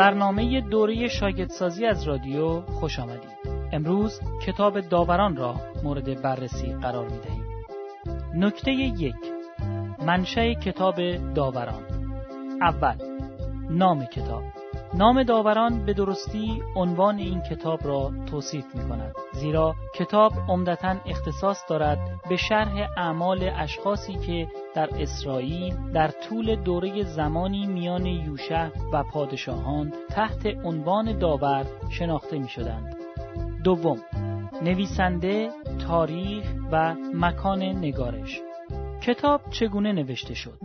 برنامه دوره شاگردسازی از رادیو خوش آمدید. امروز کتاب داوران را مورد بررسی قرار می‌دهیم. نکته 1. منشأ کتاب داوران. اول، نام کتاب. نام داوران به درستی عنوان این کتاب را توصیف می‌کند، زیرا کتاب عمدتاً اختصاص دارد به شرح اعمال اشخاصی که در اسرائیل در طول دوره زمانی میان یوشع و پادشاهان تحت عنوان داور شناخته می‌شدند. دوم، نویسنده، تاریخ و مکان نگارش. کتاب چگونه نوشته شد؟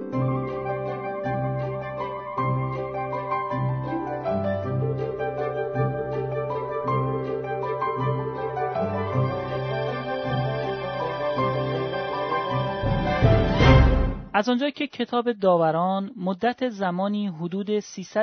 از آنجایی که کتاب داوران مدت زمانی حدود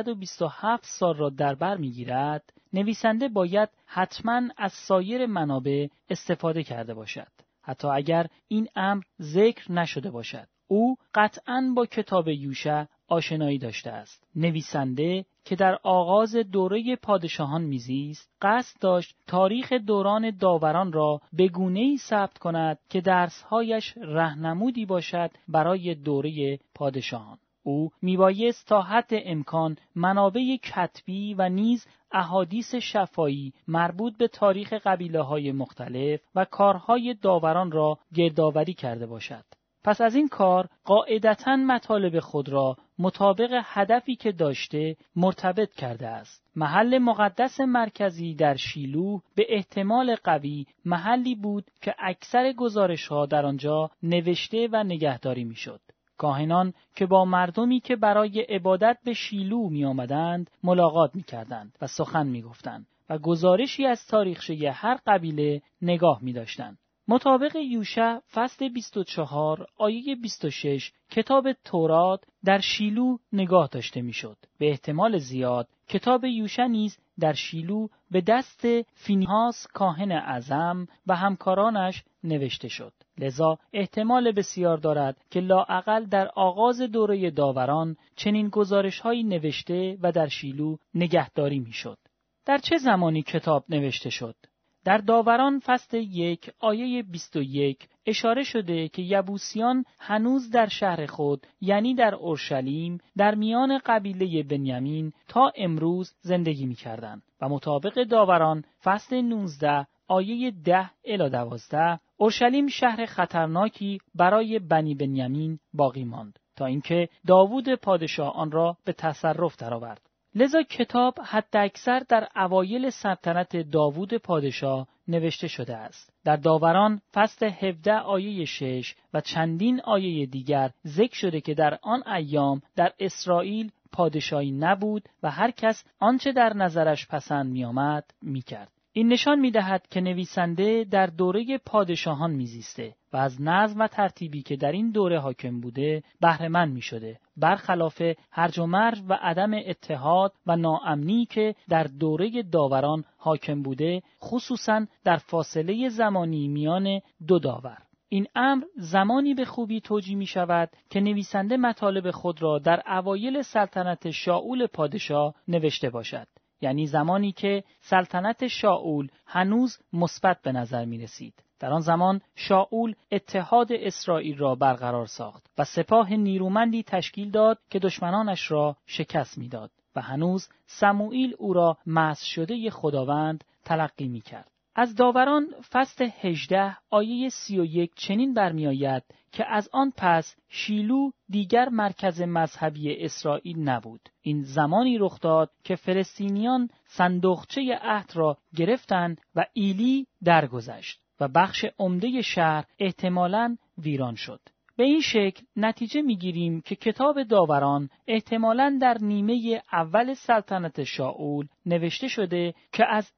327 سال را در بر می‌گیرد، نویسنده باید حتماً از سایر منابع استفاده کرده باشد، حتی اگر این امر ذکر نشده باشد. او قطعاً با کتاب یوشع آشنایی داشته است. نویسنده که در آغاز دوره پادشاهان میزیست، قصد داشت تاریخ دوران داوران را به گونه‌ای ثبت کند که درس‌هایش راهنمودی باشد برای دوره پادشاهان. او میبایست تا حد امکان منابع کتبی و نیز احادیث شفاهی مربوط به تاریخ قبیله‌های مختلف و کارهای داوران را گردآوری کرده باشد. پس از این کار قاعدتاً مطالب خود را مطابق هدفی که داشته مرتبط کرده است. محل مقدس مرکزی در شیلو به احتمال قوی محلی بود که اکثر گزارش‌ها در آنجا نوشته و نگهداری می‌شد. کاهنان که با مردمی که برای عبادت به شیلو می آمدند ملاقات می کردند و سخن می گفتند و گزارشی از تاریخچه هر قبیله نگاه می داشتند. مطابق یوشع فصل 24 آیه 26 کتاب تورات در شیلو نگاه داشته می شد. به احتمال زیاد کتاب یوشع نیز در شیلو به دست فینهاس کاهن اعظم و همکارانش نوشته شد. لذا احتمال بسیار دارد که لااقل در آغاز دوره داوران چنین گزارش‌هایی نوشته و در شیلو نگهداری می‌شد. در چه زمانی کتاب نوشته شد؟ در داوران فصل 1 آیه 21 اشاره شده که یبوسیان هنوز در شهر خود یعنی در اورشلیم در میان قبیله بنیامین تا امروز زندگی می‌کردند و مطابق داوران فصل 19 آیه 10 الی 12 اورشلیم شهر خطرناکی برای بنی بنیامین باقی ماند تا اینکه داوود پادشاه آن را به تصرف درآورد. لذا کتاب حداکثر در اوایل سلطنت داوود پادشاه نوشته شده است. در داوران فصل 17 آیه 6 و چندین آیه دیگر ذکر شده که در آن ایام در اسرائیل پادشاهی نبود و هر کس آنچه در نظرش پسند می آمد می کرد. این نشان می دهد که نویسنده در دوره پادشاهان می زیسته و از نظم و ترتیبی که در این دوره حاکم بوده بهره مند می شده، برخلاف هرج و مرج و عدم اتحاد و ناامنی که در دوره داوران حاکم بوده، خصوصاً در فاصله زمانی میان دو داور. این امر زمانی به خوبی توجیه می شود که نویسنده مطالب خود را در اوایل سلطنت شاول پادشاه نوشته باشد، یعنی زمانی که سلطنت شاول هنوز مثبت به نظر می رسید. در آن زمان شاول اتحاد اسرائیل را برقرار ساخت و سپاه نیرومندی تشکیل داد که دشمنانش را شکست می داد و هنوز سموئیل او را مسح شده خداوند تلقی می کرد. از داوران فصل 18 آیه 31 چنین برمی‌آید که از آن پس شیلو دیگر مرکز مذهبی اسرائیل نبود. این زمانی رخ داد که فلسطینیان صندوقچه عهد را گرفتند و ایلی درگذشت و بخش عمده شهر احتمالاً ویران شد. به این شکل نتیجه می‌گیریم که کتاب داوران احتمالاً در نیمه اول سلطنت شاول نوشته شده که از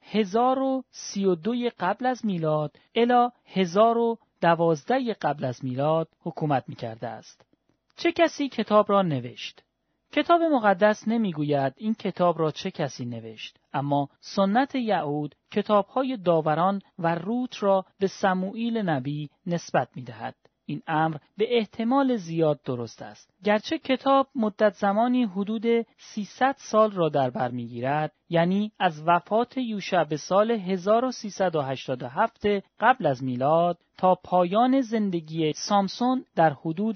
1032 قبل از میلاد الی 1012 قبل از میلاد حکومت می‌کرده است. چه کسی کتاب را نوشت؟ کتاب مقدس نمیگوید این کتاب را چه کسی نوشت، اما سنت یهود کتاب‌های داوران و روت را به سموئیل نبی نسبت می‌دهد. این امر به احتمال زیاد درست است. گرچه کتاب مدت زمانی حدود 300 سال را در بر می‌گیرد، یعنی از وفات یوشع به سال 1387 قبل از میلاد تا پایان زندگی سامسون در حدود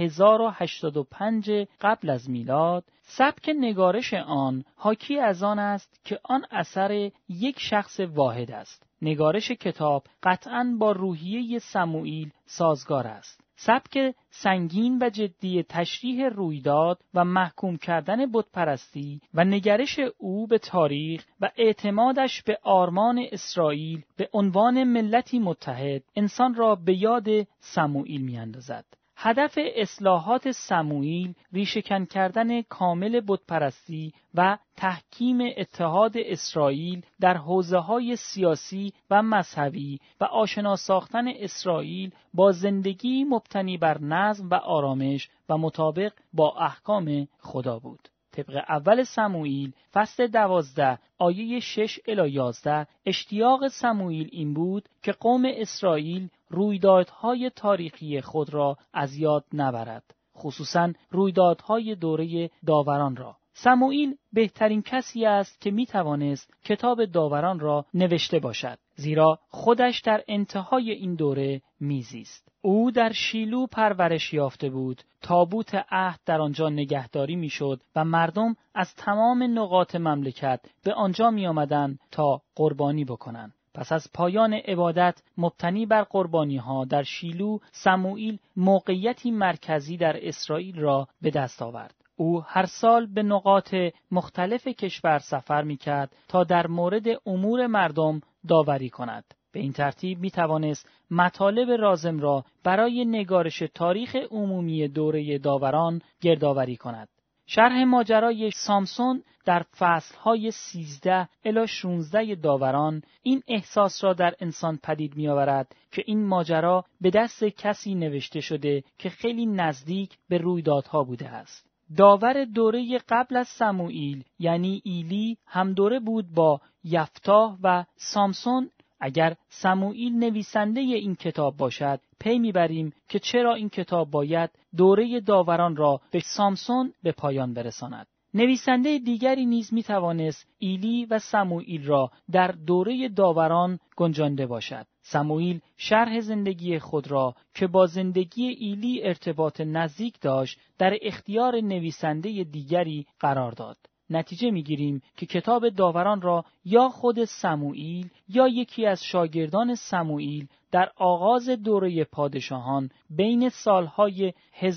1085 قبل از میلاد، سبک نگارش آن حاکی از آن است که آن اثر یک شخص واحد است. نگارش کتاب قطعاً با روحیه سموئیل سازگار است. سبک سنگین و جدی تشریح رویداد و محکوم کردن بتپرستی و نگرش او به تاریخ و اعتمادش به آرمان اسرائیل به عنوان ملتی متحد انسان را به یاد سموئیل می‌اندازد. هدف اصلاحات سموئیل ریشه‌کن کردن کامل بتپرستی و تحکیم اتحاد اسرائیل در حوزه‌های سیاسی و مذهبی و آشنا ساختن اسرائیل با زندگی مبتنی بر نظم و آرامش و مطابق با احکام خدا بود. طبق اول سموئیل فصل 12 آیه 6 الی 11 اشتیاق سموئیل این بود که قوم اسرائیل رویدادهای تاریخی خود را از یاد نبرد، خصوصاً رویدادهای دوره داوران را. سموئیل بهترین کسی است که میتوانست کتاب داوران را نوشته باشد، زیرا خودش در انتهای این دوره میزیست. او در شیلو پرورش یافته بود، تابوت عهد در آنجا نگهداری میشد و مردم از تمام نقاط مملکت به آنجا می آمدند تا قربانی بکنند. پس از پایان عبادت مبتنی بر قربانی‌ها در شیلو، سموئیل موقعیتی مرکزی در اسرائیل را به دست آورد. او هر سال به نقاط مختلف کشور سفر می‌کرد تا در مورد امور مردم داوری کند. به این ترتیب می‌توانست مطالب لازم را برای نگارش تاریخ عمومی دوره داوران گردآوری کند. شرح ماجرای سامسون در فصل‌های 13 الی 16 داوران این احساس را در انسان پدید می‌آورد که این ماجرا به دست کسی نوشته شده که خیلی نزدیک به رویدادها بوده است. داور دوره قبل از سموئیل یعنی ایلی هم دوره بود با یفتاح و سامسون. اگر سموئیل نویسنده این کتاب باشد، پی میبریم که چرا این کتاب باید دوره داوران را به سامسون به پایان برساند. نویسنده دیگری نیز میتوانست ایلی و سموئیل را در دوره داوران گنجانده باشد. سموئیل شرح زندگی خود را که با زندگی ایلی ارتباط نزدیک داشت در اختیار نویسنده دیگری قرار داد. نتیجه میگیریم که کتاب داوران را یا خود سموئیل یا یکی از شاگردان سموئیل در آغاز دوره پادشاهان بین سالهای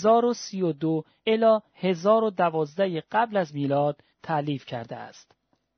1032 الی 1012 قبل از میلاد تألیف کرده است.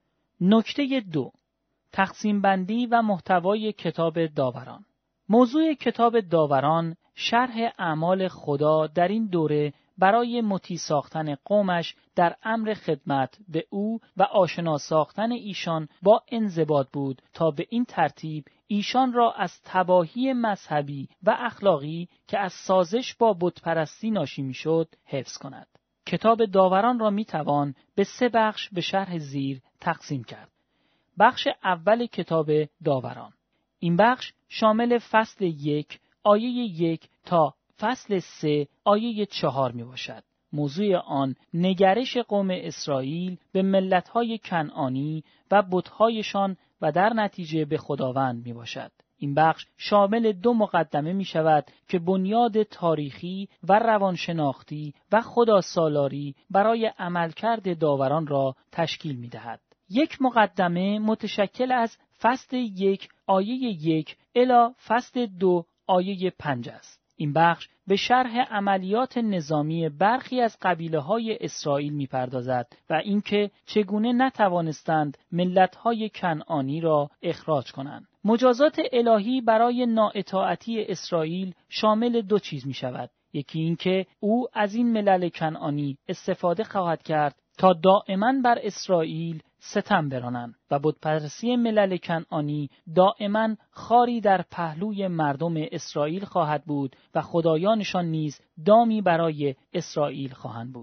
نکته 2. تقسیم بندی و محتوای کتاب داوران. موضوع کتاب داوران شرح اعمال خدا در این دوره برای مطیع ساختن قومش در امر خدمت به او و آشنا ساختن ایشان با انضباط بود تا به این ترتیب ایشان را از تباهی مذهبی و اخلاقی که از سازش با بتپرستی ناشی میشد حفظ کند. کتاب داوران را میتوان به 3 بخش به شرح زیر تقسیم کرد. بخش اول کتاب داوران. این بخش شامل فصل 1 آیه 1 تا فصل 3 آیه 4 می باشد. موضوع آن نگرش قوم اسرائیل به ملت‌های کنعانی و بت‌هایشان و در نتیجه به خداوند می باشد. این بخش شامل 2 مقدمه می شود که بنیاد تاریخی و روانشناختی و خداسالاری برای عملکرد داوران را تشکیل می دهد. یک مقدمه متشکل از فصل 1 آیه 1 الی فصل 2 آیه 5 است. این بخش به شرح عملیات نظامی برخی از قبیله‌های اسرائیل می‌پردازد و اینکه چگونه نتوانستند ملت‌های کنعانی را اخراج کنند. مجازات الهی برای نااطاعتی اسرائیل شامل 2 چیز می‌شود. یکی اینکه او از این ملل کنعانی استفاده خواهد کرد تا دائما بر اسرائیل ستم برانند و بتپرستی ملل کنعانی دائما خاری در پهلوی مردم اسرائیل خواهد بود و خدایانشان نیز دامی برای اسرائیل خواهند بود.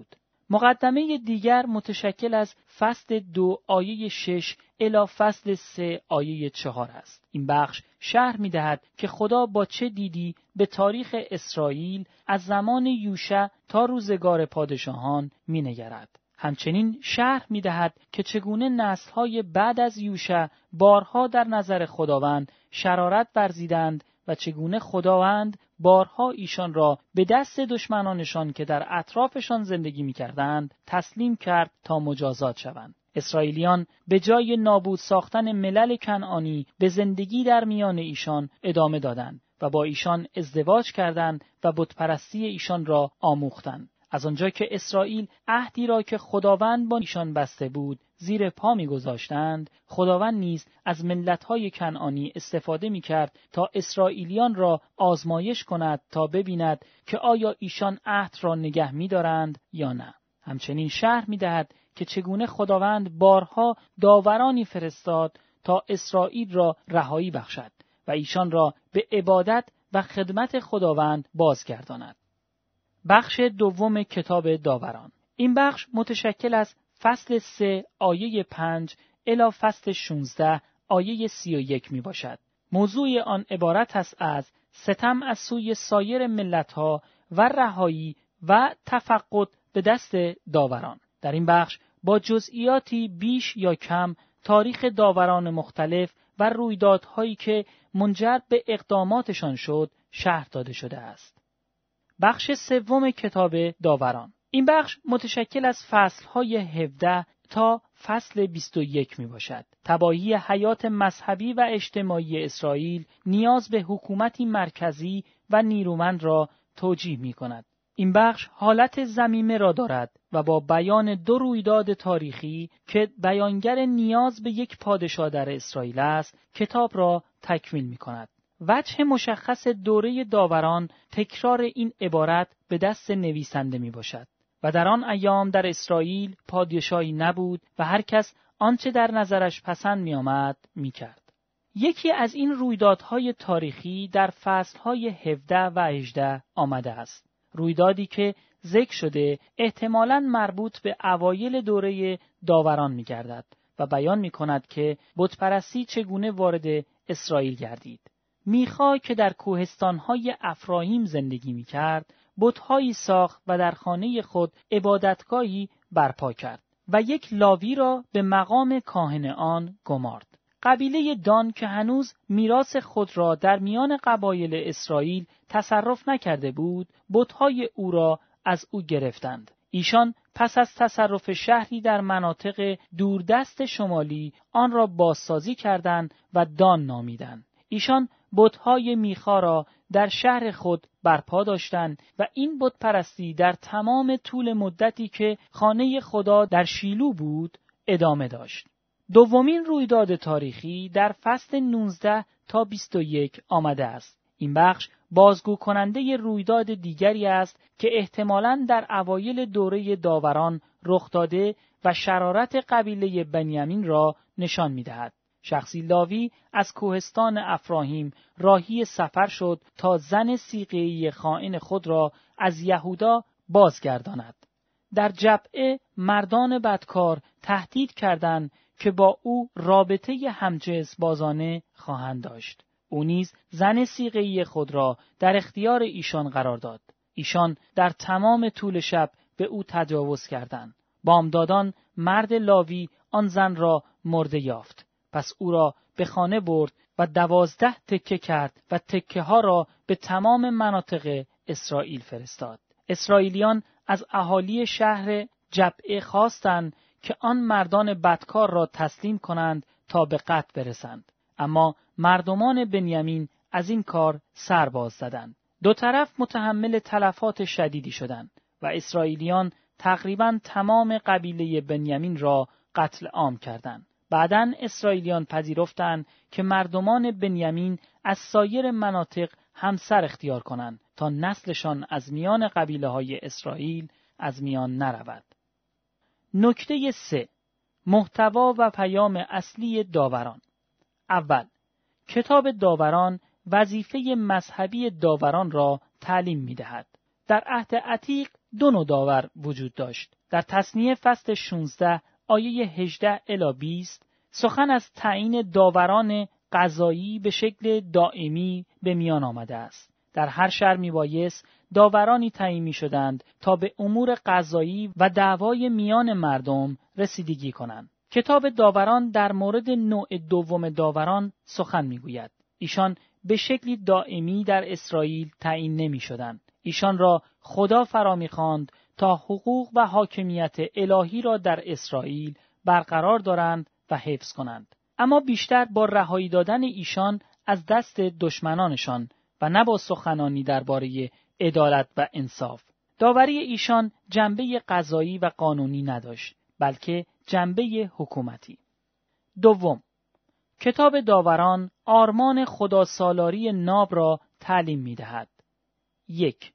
مقدمه دیگر متشکل از فصل 2 آیه 6 الی فصل 3 آیه 4 است. این بخش شرح می‌دهد که خدا با چه دیدی به تاریخ اسرائیل از زمان یوشع تا روزگار پادشاهان می‌نگرد. همچنین شرح می‌دهد که چگونه نسل‌های بعد از یوشع بارها در نظر خداوند شرارت ورزیدند و چگونه خداوند بارها ایشان را به دست دشمنانشان که در اطرافشان زندگی می‌کردند تسلیم کرد تا مجازات شوند. اسرائیلیان به جای نابود ساختن ملل کنعانی به زندگی در میان ایشان ادامه دادند و با ایشان ازدواج کردند و بتپرستی ایشان را آموختند. از آنجا که اسرائیل عهدی را که خداوند با ایشان بسته بود زیر پا می‌گذاشتند، خداوند نیز از ملت‌های کنعانی استفاده می‌کرد تا اسرائیلیان را آزمایش کند تا ببیند که آیا ایشان عهد را نگه می‌دارند یا نه. همچنین شرح می‌دهد که چگونه خداوند بارها داورانی فرستاد تا اسرائیل را رهایی بخشد و ایشان را به عبادت و خدمت خداوند بازگرداند. بخش دوم کتاب داوران. این بخش متشکل از فصل 3 آیه 5 الی فصل 16 آیه 31 می باشد. موضوع آن عبارت است از ستم از سوی سایر ملت‌ها و رهایی و تفقد به دست داوران. در این بخش با جزئیاتی بیش یا کم تاریخ داوران مختلف و رویدادهایی که منجر به اقداماتشان شد شرح داده شده است. بخش سوم کتاب داوران. این بخش متشکل از فصل‌های 17 تا فصل 21 می باشد. تباهی حیات مذهبی و اجتماعی اسرائیل نیاز به حکومتی مرکزی و نیرومند را توجیه می کند. این بخش حالت ضمیمه را دارد و با بیان دو رویداد تاریخی که بیانگر نیاز به یک پادشاه در اسرائیل است، کتاب را تکمیل می کند. وجه مشخص دوره داوران تکرار این عبارت به دست نویسنده می باشد و در آن ایام در اسرائیل پادشاهی نبود و هر کس آنچه در نظرش پسند می آمد می کرد. یکی از این رویدادهای تاریخی در فصلهای 17 و 18 آمده است. رویدادی که ذکر شده احتمالاً مربوط به اوایل دوره داوران می گردد و بیان می کند که بتپرستی چگونه وارد اسرائیل گردید. میخا که در کوهستان‌های افرایم زندگی می‌کرد، بت‌هایی ساخت و در خانه خود عبادتگاهی برپا کرد و یک لاوی را به مقام کاهن آن گمارد. قبیله دان که هنوز میراث خود را در میان قبایل اسرائیل تصرف نکرده بود، بت‌های او را از او گرفتند. ایشان پس از تصرف شهری در مناطق دوردست شمالی آن را بازسازی کردند و دان نامیدند. ایشان بت‌های میخا را در شهر خود برپا داشتند و این بت پرستی در تمام طول مدتی که خانه خدا در شیلو بود ادامه داشت. دومین رویداد تاریخی در فصل 19 تا 21 آمده است. این بخش بازگو کننده رویداد دیگری است که احتمالاً در اوایل دوره داوران رخ داده و شرارت قبیله بنیامین را نشان می‌دهد. شخصی لاوی از کوهستان افرایم راهی سفر شد تا زن سیقه‌ای خائن خود را از یهودا بازگرداند. در جبعه مردان بدکار تهدید کردند که با او رابطه همجنس بازانه خواهند داشت. او نیز زن سیقه‌ای خود را در اختیار ایشان قرار داد. ایشان در تمام طول شب به او تجاوز کردند. بامدادان مرد لاوی آن زن را مرده یافت. پس او را به خانه برد و 12 تکه کرد و تکه ها را به تمام مناطق اسرائیل فرستاد. اسرائیلیان از اهالی شهر جبعه خواستند که آن مردان بدکار را تسلیم کنند تا به قتل برسند. اما مردمان بنیامین از این کار سر باز زدند. دو طرف متحمل تلفات شدیدی شدند و اسرائیلیان تقریباً تمام قبیله بنیامین را قتل عام کردند. بعداً اسرائیلیان پذیرفتند که مردمان بنیامین از سایر مناطق همسر اختیار کنند تا نسلشان از میان قبیله‌های اسرائیل از میان نرود. نکته 3. محتوا و پیام اصلی داوران. اول، کتاب داوران وظیفه مذهبی داوران را تعلیم می‌دهد. در عهد عتیق 2 نوع داور وجود داشت. در تثنیه فصل 16 آیه 18 الی 20 سخن از تعیین داوران قضایی به شکل دائمی به میان آمده است. در هر شهر میبایست داورانی تعیین می‌شدند تا به امور قضایی و دعوای میان مردم رسیدگی کنند. کتاب داوران در مورد نوع دوم داوران سخن میگوید. ایشان به شکلی دائمی در اسرائیل تعیین نمی‌شدند. ایشان را خدا فرا می‌خواند تا حقوق و حاکمیت الهی را در اسرائیل برقرار دارند و حفظ کنند. اما بیشتر با رهایی دادن ایشان از دست دشمنانشان و نه با سخنانی درباره عدالت و انصاف. داوری ایشان جنبه قضایی و قانونی نداشت، بلکه جنبه حکومتی. دوم، کتاب داوران آرمان خداسالاری ناب را تعلیم می‌دهد. 1.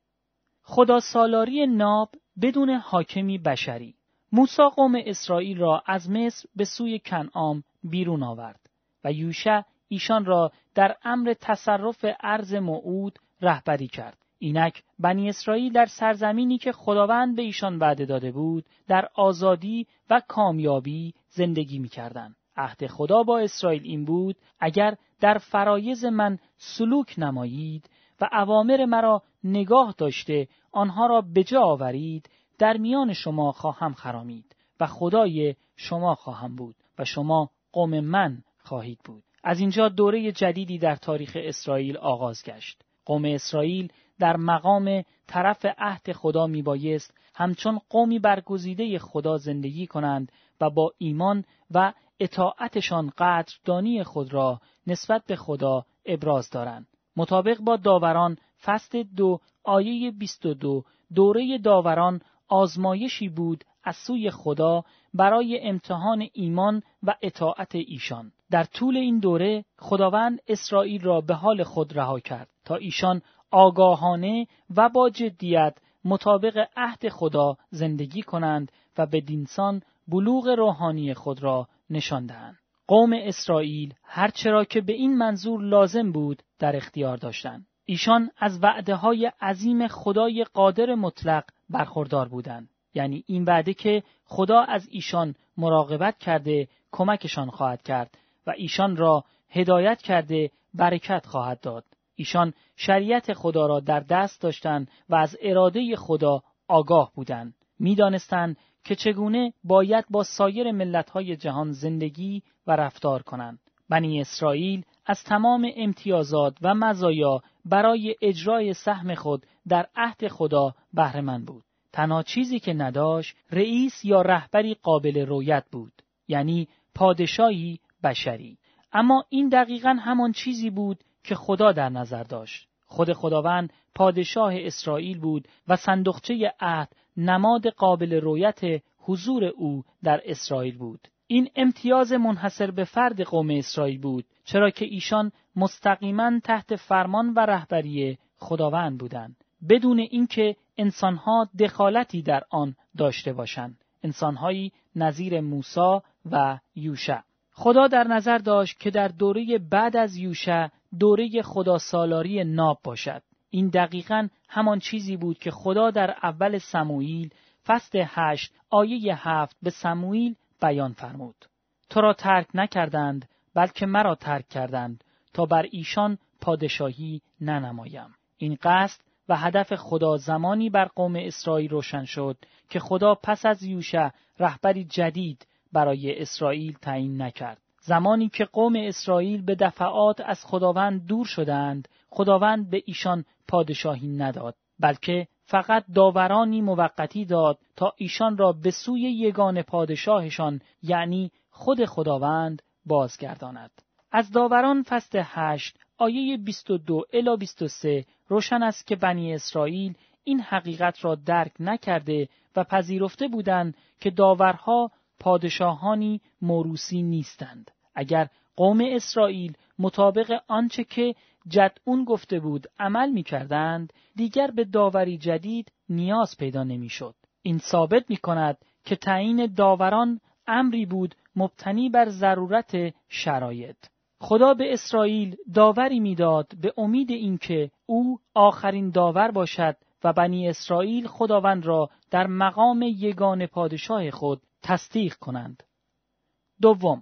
خداسالاری ناب بدون حاکمی بشری. موسی قوم اسرائیل را از مصر به سوی کنعان بیرون آورد و یوشع ایشان را در امر تصرف ارض موعود رهبری کرد. اینک بنی اسرائیل در سرزمینی که خداوند به ایشان وعده داده بود در آزادی و کامیابی زندگی می‌کردند. عهد خدا با اسرائیل این بود: اگر در فرایض من سلوک نمایید و اوامر مرا نگاه داشته آنها را به جا آورید، در میان شما خواهم خرامید و خدای شما خواهم بود و شما قوم من خواهید بود. از اینجا دوره جدیدی در تاریخ اسرائیل آغاز گشت. قوم اسرائیل در مقام طرف عهد خدا میبایست همچون قومی برگزیده خدا زندگی کنند و با ایمان و اطاعتشان قدردانی خود را نسبت به خدا ابراز دارند. مطابق با داوران فصل 2 آیه 22 دوره داوران آزمایشی بود از سوی خدا برای امتحان ایمان و اطاعت ایشان. در طول این دوره خداوند اسرائیل را به حال خود رها کرد تا ایشان آگاهانه و با جدیت مطابق عهد خدا زندگی کنند و به دینسان بلوغ روحانی خود را نشان دهند. قوم اسرائیل هرچرا که به این منظور لازم بود در اختیار داشتند. ایشان از وعده‌های عظیم خدای قادر مطلق برخوردار بودند. یعنی این وعده که خدا از ایشان مراقبت کرده کمکشان خواهد کرد و ایشان را هدایت کرده برکت خواهد داد. ایشان شریعت خدا را در دست داشتند و از اراده خدا آگاه بودند. می‌دانستند که چگونه باید با سایر ملت‌های جهان زندگی و رفتار کنند. بنی اسرائیل از تمام امتیازات و مزایا برای اجرای سهم خود در عهد خدا بهره مند بود. تنها چیزی که نداشت رئیس یا رهبری قابل رؤیت بود، یعنی پادشاهی بشری. اما این دقیقاً همان چیزی بود که خدا در نظر داشت. خود خداوند پادشاه اسرائیل بود و صندوقچه عهد نماد قابل رؤیت حضور او در اسرائیل بود. این امتیاز منحصر به فرد قوم اسرائیل بود، چرا که ایشان مستقیما تحت فرمان و رهبری خداوند بودند، بدون اینکه انسانها دخالتی در آن داشته باشند. انسانهایی نظیر موسی و یوشع. خدا در نظر داشت که در دوره بعد از یوشع دوره خداسالاری ناب باشد. این دقیقاً همان چیزی بود که خدا در اول سموئیل فصل 8 آیه 7 به سموئیل بیان فرمود. تو را ترک نکردند بلکه مرا ترک کردند تا بر ایشان پادشاهی ننمایم. این قصد و هدف خدا زمانی بر قوم اسرائیل روشن شد که خدا پس از یوشع رهبری جدید برای اسرائیل تعیین نکرد. زمانی که قوم اسرائیل به دفعات از خداوند دور شدند، خداوند به ایشان پادشاهی نداد، بلکه فقط داورانی موقتی داد تا ایشان را به سوی یگان پادشاهشان یعنی خود خداوند بازگرداند. از داوران فصل 8 آیه 22 الی 23 روشن است که بنی اسرائیل این حقیقت را درک نکرده و پذیرفته بودند که داورها پادشاهانی موروثی نیستند. اگر قوم اسرائیل مطابق آنچه که جدعون گفته بود عمل می‌کردند، دیگر به داوری جدید نیاز پیدا نمی‌شد. این ثابت می‌کند که تعیین داوران امری بود مبتنی بر ضرورت شرایط. خدا به اسرائیل داوری می‌داد به امید اینکه او آخرین داور باشد و بنی اسرائیل خداوند را در مقام یگانه پادشاه خود تصدیق کنند. دوم،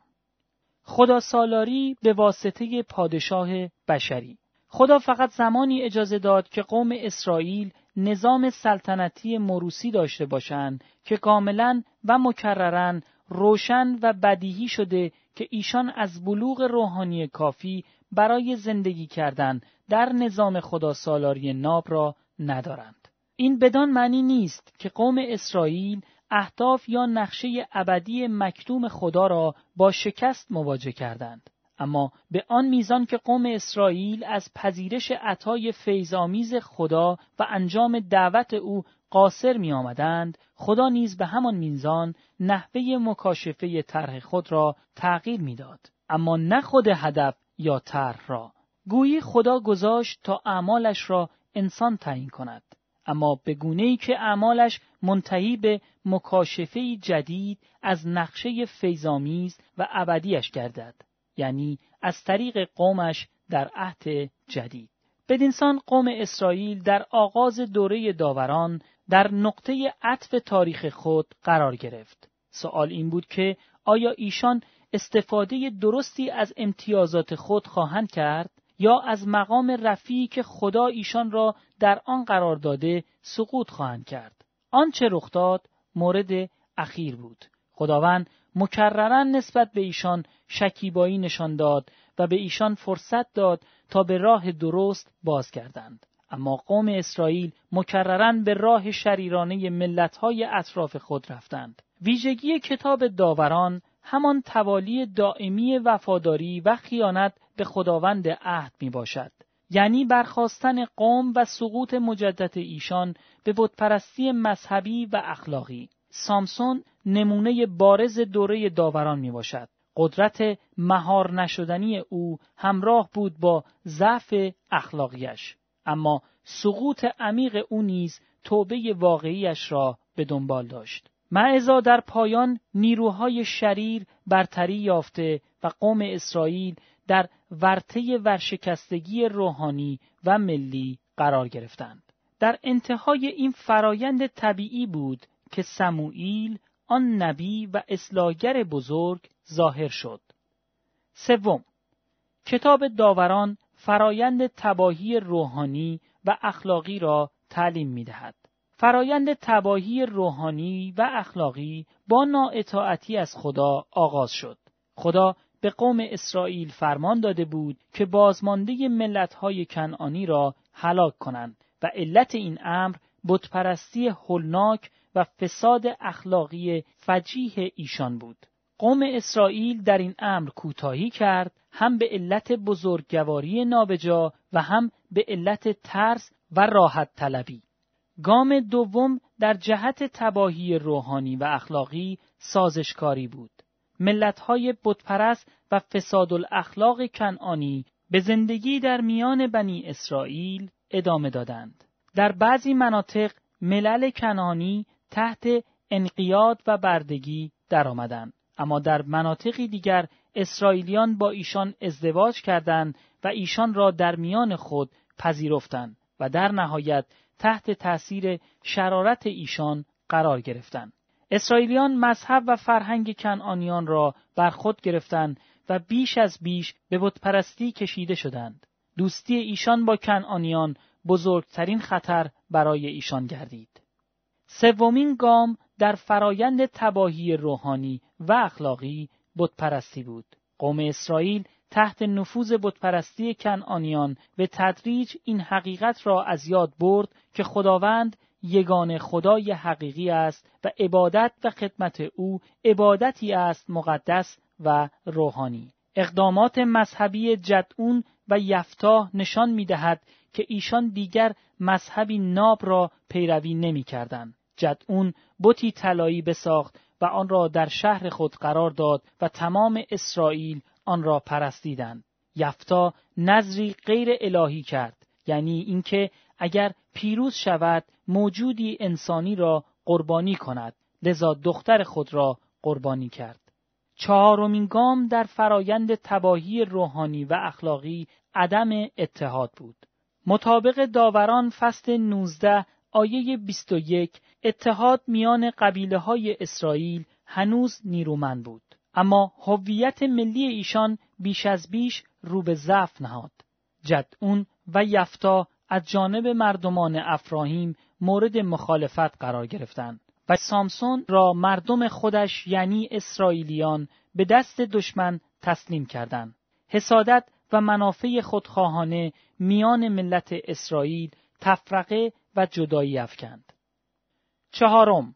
خداسالاری به واسطه پادشاه بشری. خدا فقط زمانی اجازه داد که قوم اسرائیل نظام سلطنتی موروثی داشته باشند که کاملاً و مکرراً روشن و بدیهی شده که ایشان از بلوغ روحانی کافی برای زندگی کردن در نظام خداسالاری ناب را ندارند. این بدان معنی نیست که قوم اسرائیل اهداف یا نقشه ابدی مکتوم خدا را با شکست مواجه کردند، اما به آن میزان که قوم اسرائیل از پذیرش عطای فیض‌آمیز خدا و انجام دعوت او قاصر می آمدند، خدا نیز به همان میزان نحوه مکاشفه طرح خود را تغییر می داد، اما نه خود هدف یا طرح را. گویی خدا گذاشت تا اعمالش را انسان تعیین کند، اما به گونه‌ای که اعمالش منتهی به مکاشفه جدید از نقشه فیض‌آمیز و ابدیش گردد، یعنی از طریق قومش در عهد جدید. بدینسان قوم اسرائیل در آغاز دوره داوران در نقطه عطف تاریخ خود قرار گرفت. سوال این بود که آیا ایشان استفاده درستی از امتیازات خود خواهند کرد یا از مقام رفیعی که خدا ایشان را در آن قرار داده سقوط خواهند کرد؟ آنچه رخ داد مورد اخیر بود. خداوند مکرراً نسبت به ایشان شکیبایی نشان داد و به ایشان فرصت داد تا به راه درست بازگردند. اما قوم اسرائیل مکرراً به راه شریرانه ملت‌های اطراف خود رفتند. ویژگی کتاب داوران همان توالی دائمی وفاداری و خیانت به خداوند عهد می باشد، یعنی برخاستن قوم و سقوط مجدد ایشان به بتپرستی مذهبی و اخلاقی. سامسون نمونه بارز دوره داوران می باشد. قدرت مهار نشدنی او همراه بود با ضعف اخلاقیش، اما سقوط عمیق او نیز توبه واقعیش را به دنبال داشت. معاذ در پایان نیروهای شریر برتری یافته و قوم اسرائیل در ورطه ورشکستگی روحانی و ملی قرار گرفتند. در انتهای این فرایند طبیعی بود که سموئیل، آن نبی و اصلاحگر بزرگ، ظاهر شد. سوم، کتاب داوران فرایند تباهی روحانی و اخلاقی را تعلیم می‌دهد. فرایند تباهی روحانی و اخلاقی با نااطاعتی از خدا آغاز شد. خدا به قوم اسرائیل فرمان داده بود که بازمانده ملت‌های کنعانی را هلاک کنند و علت این امر بتپرستی هولناک و فساد اخلاقی فجیح ایشان بود. قوم اسرائیل در این امر کوتاهی کرد، هم به علت بزرگواری نابجا و هم به علت ترس و راحت طلبی. گام دوم در جهت تباهی روحانی و اخلاقی سازشکاری بود. ملت‌های بتپرست و فساد الاخلاق کنعانی به زندگی در میان بنی اسرائیل ادامه دادند. در بعضی مناطق ملل کنعانی تحت انقیاد و بردگی درآمدند، اما در مناطقی دیگر اسرائیلیان با ایشان ازدواج کردند و ایشان را در میان خود پذیرفتند و در نهایت تحت تأثیر شرارت ایشان قرار گرفتند. اسرائیلیان مذهب و فرهنگ کنعانیان را بر خود گرفتند و بیش از بیش به بتپرستی کشیده شدند. دوستی ایشان با کنعانیان بزرگترین خطر برای ایشان گردید. سومین گام در فرایند تباهی روحانی و اخلاقی بتپرستی بود. قوم اسرائیل تحت نفوذ بتپرستی کنعانیان به تدریج این حقیقت را از یاد برد که خداوند یگانه خدای حقیقی است و عبادت و خدمت او عبادتی است مقدس و روحانی. اقدامات مذهبی جدعون و یفتح نشان می‌دهد که ایشان دیگر مذهبی ناب را پیروی نمی‌کردند. جدعون بتی طلایی بساخت و آن را در شهر خود قرار داد و تمام اسرائیل آن را پرستیدند. یفتح نذری غیر الهی کرد، یعنی اینکه اگر پیروز شود موجودی انسانی را قربانی کند، لذا دختر خود را قربانی کرد. چهارمین گام در فرایند تباهی روحانی و اخلاقی عدم اتحاد بود. مطابق داوران فصل 19 آیه 21 اتحاد میان قبیله‌های اسرائیل هنوز نیرومند بود، اما هویت ملی ایشان بیش از بیش رو به ضعف نهاد. جدعون و یفتا از جانب مردمان افرایم مورد مخالفت قرار گرفتند و سامسون را مردم خودش یعنی اسرائیلیان به دست دشمن تسلیم کردند. حسادت و منافع خودخواهانه میان ملت اسرائیل تفرقه و جدایی افکند. 4.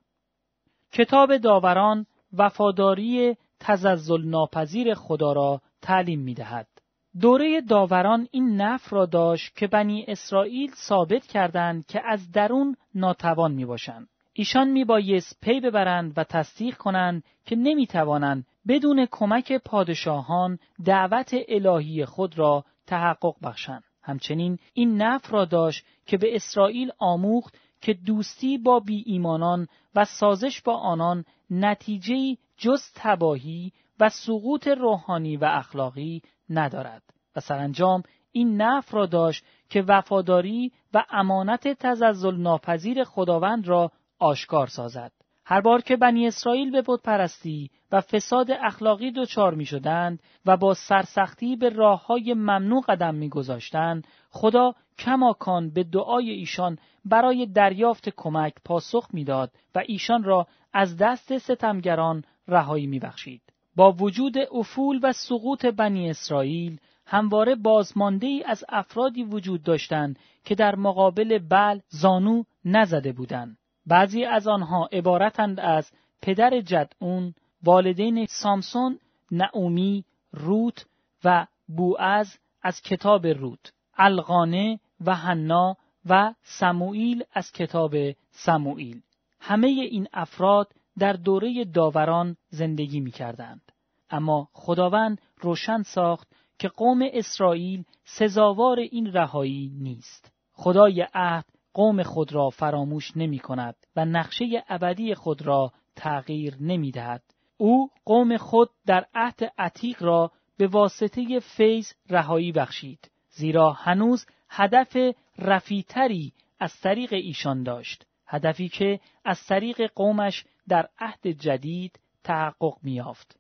کتاب داوران وفاداری تزلزل ناپذیر خدا را تعلیم می‌دهد. دوره داوران این نفع را داشت که بنی اسرائیل ثابت کردند که از درون ناتوان میباشند. ایشان میبایست پی ببرند و تصدیق کنند که نمیتوانند بدون کمک پادشاهان دعوت الهی خود را تحقق بخشند. همچنین این نفع را داشت که به اسرائیل آموخت که دوستی با بی ایمانان و سازش با آنان نتیجه‌ای جز تباهی و سقوط روحانی و اخلاقی ندارد و سرانجام این نفع را داشت که وفاداری و امانت تزلزل ناپذیر خداوند را آشکار سازد. هر بار که بنی اسرائیل به بت پرستی و فساد اخلاقی دچار می شدند و با سرسختی به راه‌های ممنوع قدم می گذاشتند، خدا کماکان به دعای ایشان برای دریافت کمک پاسخ می داد و ایشان را از دست ستمگران رهایی می بخشید. با وجود افول و سقوط بنی اسرائیل، همواره بازمانده‌ای از افرادی وجود داشتند که در مقابل بعل زانو نزده بودند. بعضی از آنها عبارتند از پدر جدعون، والدین سامسون، نعومی، روت و بوعز از کتاب روت، القانه و حنا و سموئیل از کتاب سموئیل. همه این افراد در دوره داوران زندگی می کردند. اما خداوند روشن ساخت که قوم اسرائیل سزاوار این رهایی نیست. خدای عهد قوم خود را فراموش نمی کند و نقشه ابدی خود را تغییر نمی دهد. او قوم خود در عهد عتیق را به واسطه فیض رهایی بخشید، زیرا هنوز هدف رفیع‌تری از طریق ایشان داشت، هدفی که از طریق قومش در عهد جدید تحقق می‌یافت.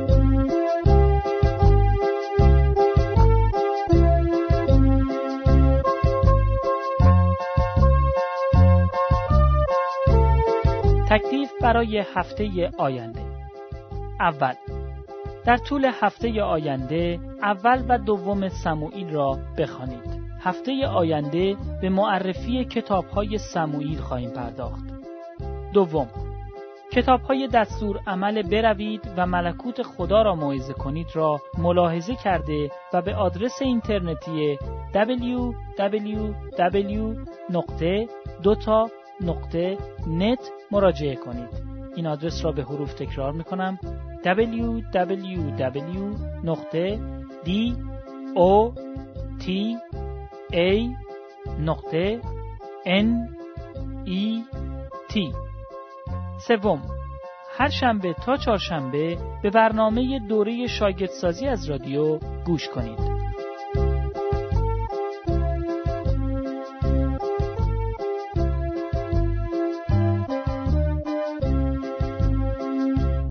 تکلیف برای هفته آینده. اول، در طول هفته آینده اول و دوم سموئیل را بخوانید. هفته آینده به معرفی کتاب‌های سموئیل خواهیم پرداخت. دوم، کتاب‌های دستور عمل بروید و ملکوت خدا را موعظه کنید را ملاحظه کرده و به آدرس اینترنتی www.2ta.net مراجعه کنید. این آدرس را به حروف تکرار می‌کنم: www.dota.net. سوم، هر شنبه تا چهارشنبه به برنامه دوره شاگردسازی از رادیو گوش کنید.